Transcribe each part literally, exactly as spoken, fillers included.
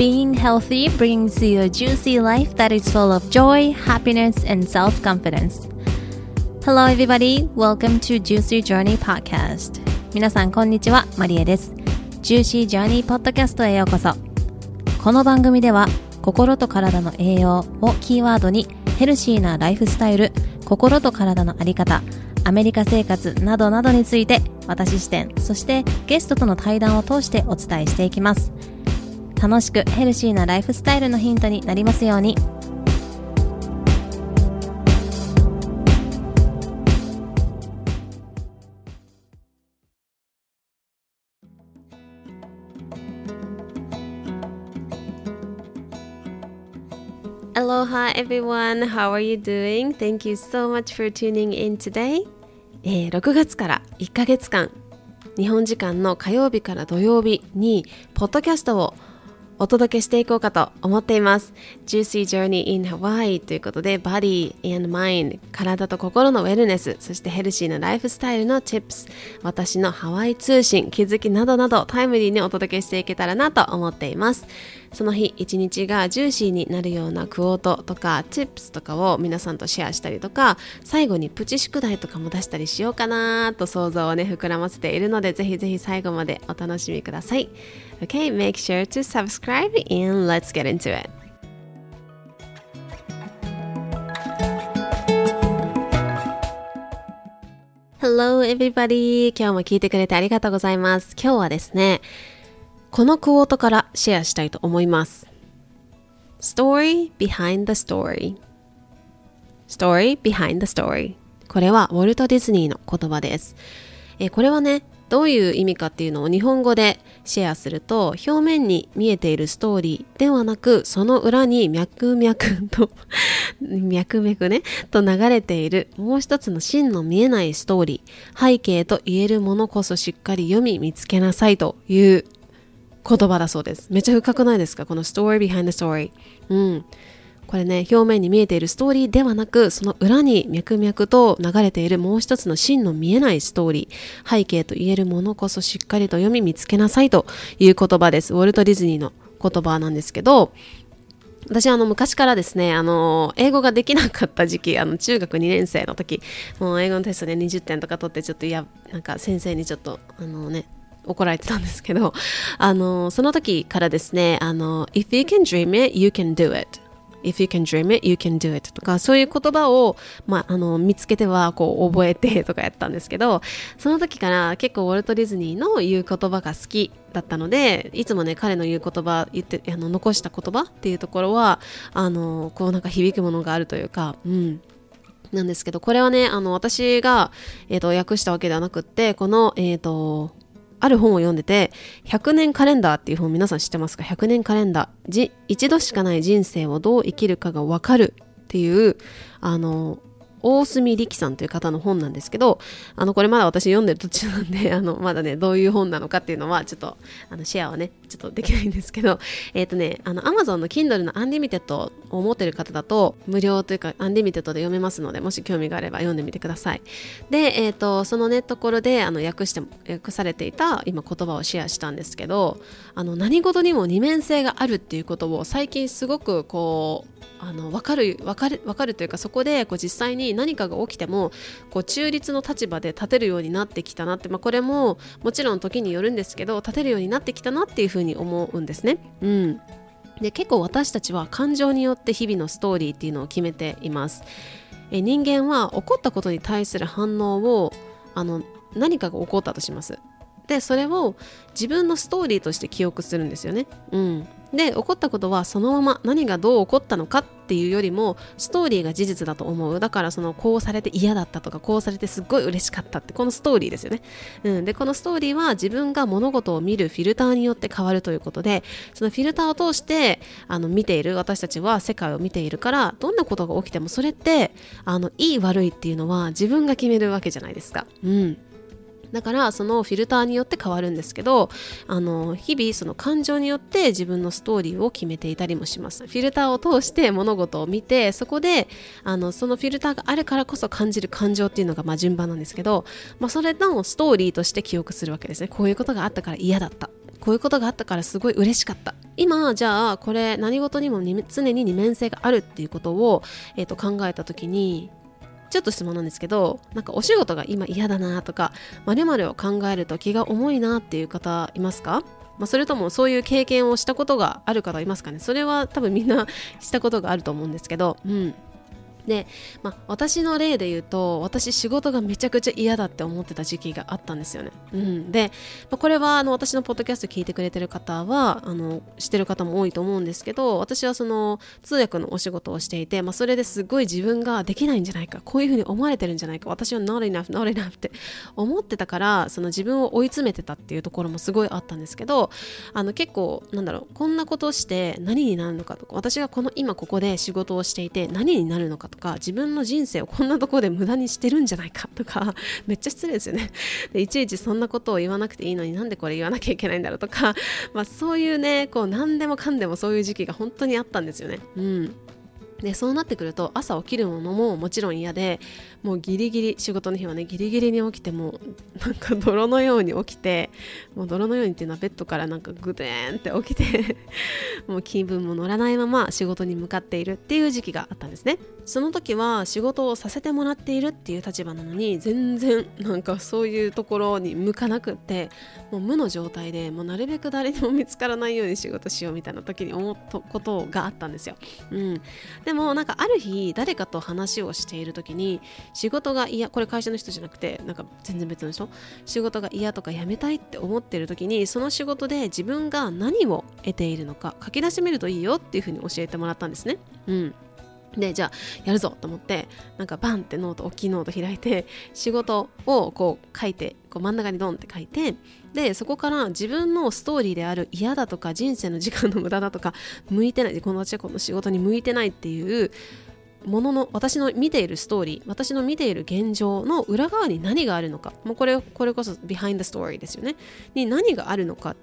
Being healthy brings you a juicy life that is full of joy, happiness, and self-confidence. Hello everybody, welcome to Juicy Journey Podcast. 皆さんこんにちは、マリエです。Juicy Journey Podcast へようこそ。この番組では心と体の栄養をキーワードにヘルシーなライフスタイル、心と体のあり方、アメリカ生活などなどについて私視点、そしてゲストとの対談を通してお伝えしていきます。楽しくヘルシーなライフスタイルのヒントになりますように。 Aloha everyone, how are you doing? Thank you so much for tuning in today. えー、ろくがつからいっかげつかん、日本時間の火曜日から土曜日にポッドキャストをお届けしていこうかと思っています。 Juicy Journey in Hawaii ということで Body and Mind、 体と心のウェルネス、そしてヘルシーなライフスタイルの Tips、 私のハワイ通信、気づきなどなどタイムリーにお届けしていけたらなと思っています。その日一日がジューシーになるようなクオートとか Tips とかを皆さんとシェアしたりとか、最後にプチ宿題とかも出したりしようかなと想像をね膨らませているので、ぜひぜひ最後までお楽しみください。 Okay, make sure to subscribe and let's get into it. Hello everybody, 今日も聞いてくれてありがとうございます。今日はですね、このクォートからシェアしたいと思います。 Story behind the story Story behind the story、 これはウォルト・ディズニーの言葉です。えこれはね、どういう意味かっていうのを日本語でシェアすると、表面に見えているストーリーではなく、その裏に脈々と脈々ねと流れているもう一つの真の見えないストーリー、背景と言えるものこそしっかり読み見つけなさいという言葉だそうです。めっちゃ深くないですか、この story behind the story。 うん、これね、表面に見えているストーリーではなく、その裏に脈々と流れているもう一つの真の見えないストーリー、背景と言えるものこそしっかりと読み見つけなさいという言葉です。ウォルト・ディズニーの言葉なんですけど、私はあの昔からですね、あの英語ができなかった時期、あの中学にねん生の時、もう英語のテストでにじゅってんとか取って、ちょっといやなんか先生にちょっとあのね怒られてたんですけど、あのその時からですね、あの If you can dream it, you can do it If you can dream it, you can do it とか、そういう言葉を、まあ、あの見つけてはこう覚えてとかやったんですけど、その時から結構ウォルト・ディズニーの言う言葉が好きだったので、いつもね彼の言う言葉、言ってあの残した言葉っていうところはあのこうなんか響くものがあるというか、うんなんですけど、これはねあの私が、えーと、訳したわけではなくって、このえっとある本を読んでて、ひゃくねんカレンダーっていう本、皆さん知ってますか？ひゃくねんカレンダー、じ一度しかない人生をどう生きるかがわかるっていうあの大隅力さんという方の本なんですけど、あのこれまだ私読んでる途中なんで、あのまだねどういう本なのかっていうのはちょっとあのシェアはねちょっとできないんですけど、えっとねあの Amazon の Kindle のアンリミテッドを持ってる方だと無料というかアンリミテッドで読めますので、もし興味があれば読んでみてください。で、えっとそのねところであの訳して訳されていた今言葉をシェアしたんですけど、あの何事にも二面性があるっていうことを最近すごくこうあの分かる分かる分かるというか、そこでこう実際に何かが起きてもこう中立の立場で立てるようになってきたなって、まあ、これももちろん時によるんですけど、立てるようになってきたなっていうふうに思うんですね。うん、で結構私たちは感情によって日々のストーリーっていうのを決めています。え人間は起こったことに対する反応をあの何かが起こったとします。でそれを自分のストーリーとして記憶するんですよね。うん、で起こったことはそのまま何がどう起こったのかっていうよりもストーリーが事実だと思う。だからそのこうされて嫌だったとか、こうされてすっごい嬉しかったって、このストーリーですよね。うん、でこのストーリーは自分が物事を見るフィルターによって変わるということで、そのフィルターを通してあの見ている私たちは世界を見ているから、どんなことが起きてもそれってあのいい悪いっていうのは自分が決めるわけじゃないですか。うんだからそのフィルターによって変わるんですけど、あの日々その感情によって自分のストーリーを決めていたりもします。フィルターを通して物事を見て、そこであのそのフィルターがあるからこそ感じる感情っていうのがまあ順番なんですけど、まあ、それのストーリーとして記憶するわけですね。こういうことがあったから嫌だった、 こういうことがあったからすごい嬉しかった。今じゃあこれ何事にも常に二面性があるっていうことを、えー、と考えた時に、ちょっと質問なんですけど、なんかお仕事が今嫌だなとか、〇〇を考えると気が重いなっていう方いますか？まあ、それともそういう経験をしたことがある方いますかね？それは多分みんなしたことがあると思うんですけど、うんで、まあ、私の例で言うと、私仕事がめちゃくちゃ嫌だって思ってた時期があったんですよね、うん、で、まあ、これはあの私のポッドキャスト聞いてくれてる方はあの知ってる方も多いと思うんですけど、私はその通訳のお仕事をしていて、まあ、それですごい自分ができないんじゃないか、こういうふうに思われてるんじゃないか、私は not enough not enough って思ってたから、その自分を追い詰めてたっていうところもすごいあったんですけど、あの結構なんだろう、こんなことをして何になるのかとか、私がこの今ここで仕事をしていて何になるのかとか、自分の人生をこんなところで無駄にしてるんじゃないかとか、めっちゃ失礼ですよね。でいちいちそんなことを言わなくていいのになんでこれ言わなきゃいけないんだろうとか、まあ、そういうね、こう何でもかんでもそういう時期が本当にあったんですよね。うんでそうなってくると、朝起きるのももちろん嫌で、もうギリギリ、仕事の日はねギリギリに起きて、もなんか泥のように起きて、もう泥のようにっていうのはベッドからなんかグデーンって起きてもう気分も乗らないまま仕事に向かっているっていう時期があったんですね。その時は仕事をさせてもらっているっていう立場なのに、全然なんかそういうところに向かなくって、もう無の状態で、もうなるべく誰にも見つからないように仕事しようみたいな時に思ったことがあったんですよ。うんでもなんかある日誰かと話をしている時に、仕事が嫌、これ会社の人じゃなくてなんか全然別の人、仕事が嫌とか辞めたいって思っている時に、その仕事で自分が何を得ているのか書き出してみるといいよっていうふうに教えてもらったんですね。うんでじゃあやるぞと思って、なんかバンってノート、大きいノート開いて、仕事をこう書いて、こう真ん中にドンって書いて、でそこから自分のストーリーである嫌だとか、人生の時間の無駄だとか、向いてない、この私はこの仕事に向いてないっていうものの、私の見ているストーリー、私の見ている現状の裏側に何があるのか、もうこれこれこそ behind the story ですよね、に何があるのかって、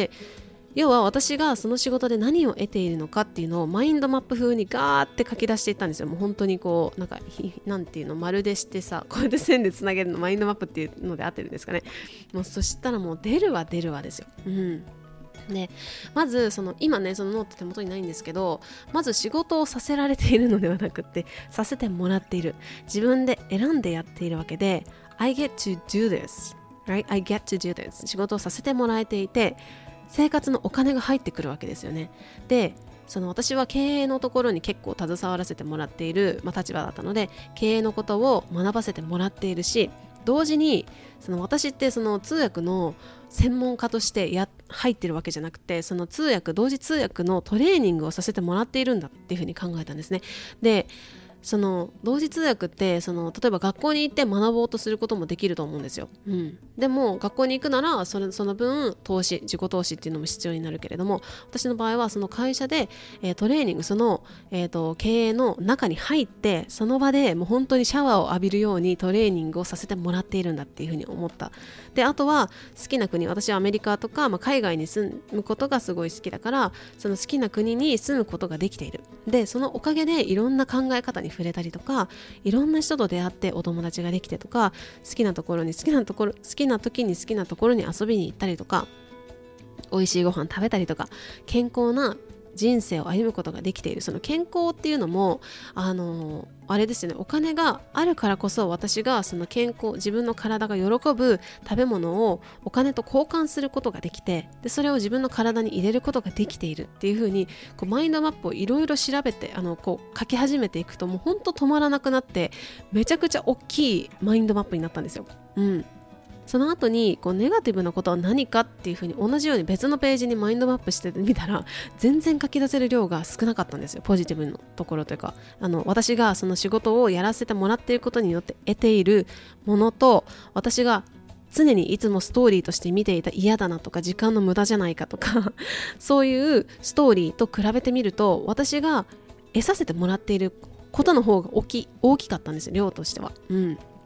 要は私がその仕事で何を得ているのかっていうのをマインドマップ風にガーって書き出していったんですよ。もう本当にこうなんかなんていうの、丸でしてさ、こうやって線でつなげるのマインドマップっていうので合ってるんですかね。もうそしたらもう出るわ出るわですよ。うんでまずその今ね、そのノート手元にないんですけど、まず仕事をさせられているのではなくって、させてもらっている、自分で選んでやっているわけで、 I get to do this right? I get to do this 仕事をさせてもらえていて、生活のお金が入ってくるわけですよね。でその私は経営のところに結構携わらせてもらっている、まあ、立場だったので、経営のことを学ばせてもらっているし、同時にその私ってその通訳の専門家としてや入ってるわけじゃなくて、その通訳、同時通訳のトレーニングをさせてもらっているんだっていうふうに考えたんですね。でその同時通訳ってその例えば学校に行って学ぼうとすることもできると思うんですよ、うん、でも学校に行くならそれその分投資、自己投資っていうのも必要になるけれども、私の場合はその会社で、えー、トレーニング、その、えーと、経営の中に入って、その場でもう本当にシャワーを浴びるようにトレーニングをさせてもらっているんだっていうふうに思った。であとは好きな国、私はアメリカとか、まあ、海外に住むことがすごい好きだから、その好きな国に住むことができている。でそのおかげでいろんな考え方に触れたりとか、いろんな人と出会ってお友達ができてとか、好きなところに好きなところ好きな時に好きなところに遊びに行ったりとか、美味しいご飯食べたりとか、健康な人生を歩むことができている。その健康っていうのもあのあれですよね、お金があるからこそ私がその健康、自分の体が喜ぶ食べ物をお金と交換することができて、でそれを自分の体に入れることができているっていう風に、こうマインドマップをいろいろ調べて、あのこう書き始めていくと、もうほんと止まらなくなって、めちゃくちゃ大きいマインドマップになったんですよ。うんその後にこうネガティブなことは何かっていう風に同じように別のページにマインドマップしてみたら、全然書き出せる量が少なかったんですよ。ポジティブのところというか、あの私がその仕事をやらせてもらっていることによって得ているものと、私が常にいつもストーリーとして見ていた嫌だなとか、時間の無駄じゃないかとかそういうストーリーと比べてみると、私が得させてもらっていることの方が大きい大きかったんですよ、量としては。うん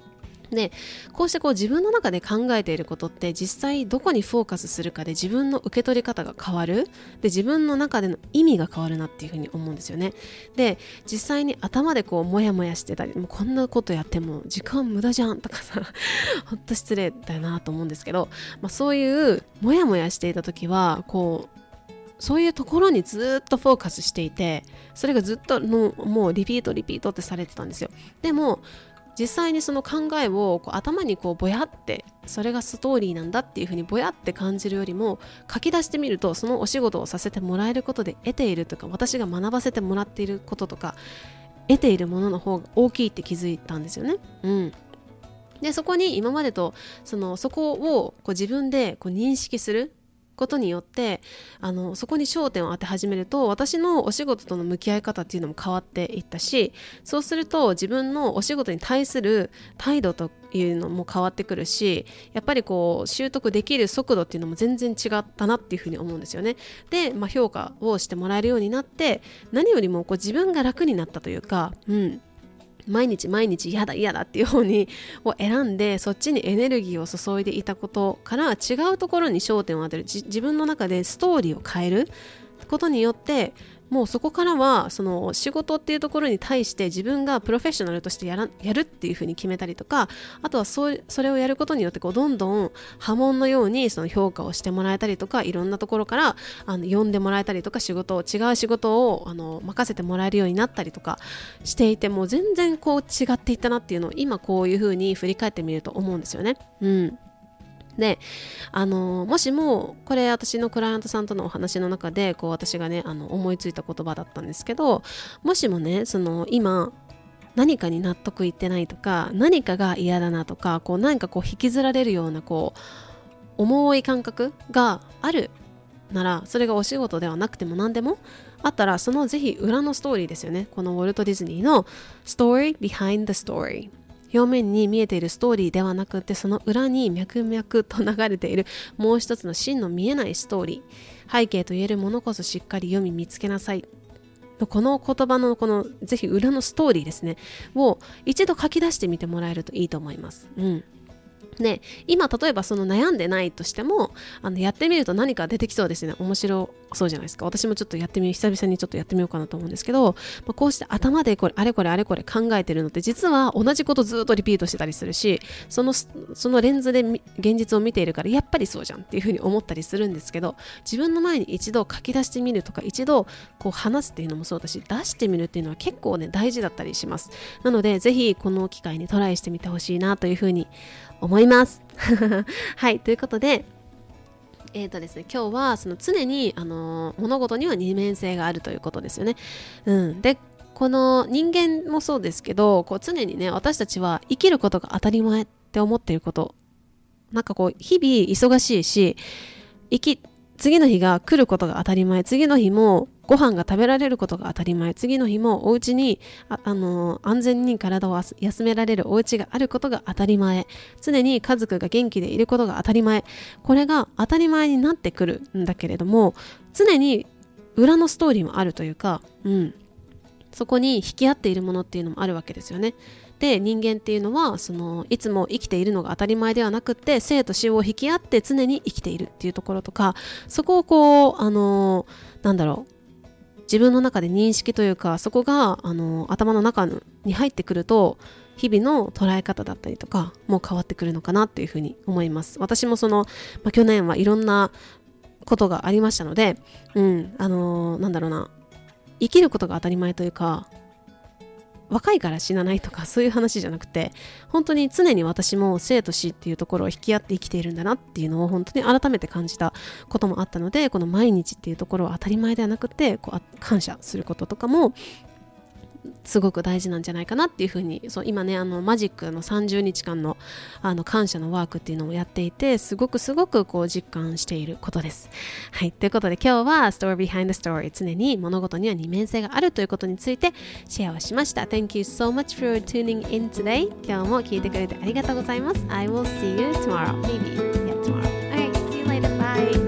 で、こうしてこう自分の中で考えていることって実際どこにフォーカスするかで自分の受け取り方が変わる。で、自分の中での意味が変わるなっていうふうに思うんですよね。で、実際に頭でこうモヤモヤしてたり、もうこんなことやっても時間無駄じゃんとかさ、ほんと失礼だよなと思うんですけど、まあ、そういうモヤモヤしていた時はこうそういうところにずっとフォーカスしていて、それがずっとのもうリピートリピートってされてたんですよ。でも実際にその考えをこう頭にこうぼやってそれがストーリーなんだっていうふうにぼやって感じるよりも書き出してみると、そのお仕事をさせてもらえることで得ているとか、私が学ばせてもらっていることとか得ているものの方が大きいって気づいたんですよね。うん。で、そこに今までとそのそこをこう自分でこう認識することによって、あのそこに焦点を当て始めると、私のお仕事との向き合い方っていうのも変わっていったし、そうすると自分のお仕事に対する態度というのも変わってくるし、やっぱりこう習得できる速度っていうのも全然違ったなっていうふうに思うんですよね。で、まあ、評価をしてもらえるようになって、何よりもこう自分が楽になったというか、うん毎日毎日嫌だ嫌だっていう方にを選んで、そっちにエネルギーを注いでいたことから違うところに焦点を当てる、自分の中でストーリーを変えることによって、もうそこからはその仕事っていうところに対して自分がプロフェッショナルとしてやらやるっていうふうに決めたりとか、あとはそそれをやることによってこうどんどん波紋のようにその評価をしてもらえたりとか、いろんなところからあの呼んでもらえたりとか、仕事を違う仕事をあの任せてもらえるようになったりとかしていて、もう全然こう違っていったなっていうのを今こういうふうに振り返ってみると思うんですよね。うんで、あのもしもこれ私のクライアントさんとのお話の中でこう私がねあの思いついた言葉だったんですけど、もしもねその今何かに納得いってないとか、何かが嫌だなとか、こう何かこう引きずられるようなこう重い感覚があるなら、それがお仕事ではなくても何でもあったら、そのぜひ裏のストーリーですよね。このウォルト・ディズニーの Story Behind the Story、表面に見えているストーリーではなくて、その裏に脈々と流れているもう一つの真の見えないストーリー、背景と言えるものこそしっかり読み見つけなさい。この言葉のこのぜひ裏のストーリーですねを一度書き出してみてもらえるといいと思います。うんね、今例えばその悩んでないとしても、あのやってみると何か出てきそうですね。面白そうじゃないですか。私もちょっとやってみ久々にちょっとやってみようかなと思うんですけど、まあ、こうして頭でこれあれこれあれこれ考えてるのって実は同じことずっとリピートしてたりするし、そのそのレンズで現実を見ているからやっぱりそうじゃんっていうふうに思ったりするんですけど、自分の前に一度書き出してみるとか、一度こう話すっていうのもそうだし、出してみるっていうのは結構ね大事だったりします。なのでぜひこの機会にトライしてみてほしいなというふうに思いますはい、ということでえーとですね、今日はその常に、あのー、物事には二面性があるということですよね。うん、でこの人間もそうですけど、こう常にね私たちは生きることが当たり前って思っていること、なんかこう日々忙しいし、生き次の日が来ることが当たり前、次の日もご飯が食べられることが当たり前、次の日もお家に あ、あのー、安全に体を休められるお家があることが当たり前、常に家族が元気でいることが当たり前、これが当たり前になってくるんだけれども、常に裏のストーリーもあるというか、うん、そこに引き合っているものっていうのもあるわけですよね。で、人間っていうのはそのいつも生きているのが当たり前ではなくって、生と死を引き合って常に生きているっていうところとか、そこをこうあのー、なんだろう自分の中で認識というか、そこがあの頭の中に入ってくると、日々の捉え方だったりとかも変わってくるのかなっていうふうに思います。私もその、まあ、去年はいろんなことがありましたので、うんあのー、なんだろうな生きることが当たり前というか、若いから死なないとかそういう話じゃなくて、本当に常に私も生と死っていうところを引き合って生きているんだなっていうのを本当に改めて感じたこともあったので、この毎日っていうところは当たり前ではなくて、こう感謝することとかもすごく大事なんじゃないかなっていうふうに、そう今ねあのマジックのさんじゅうにちかんのあの感謝のワークっていうのをやっていて、すごくすごくこう実感していることです。はい、ということで今日は Story Behind the Story、 常に物事には二面性があるということについてシェアをしました。 Thank you so much for tuning in today。 今日も聞いてくれてありがとうございます。 I will see you tomorrow, maybe yeah tomorrow. Alright, see you later, bye.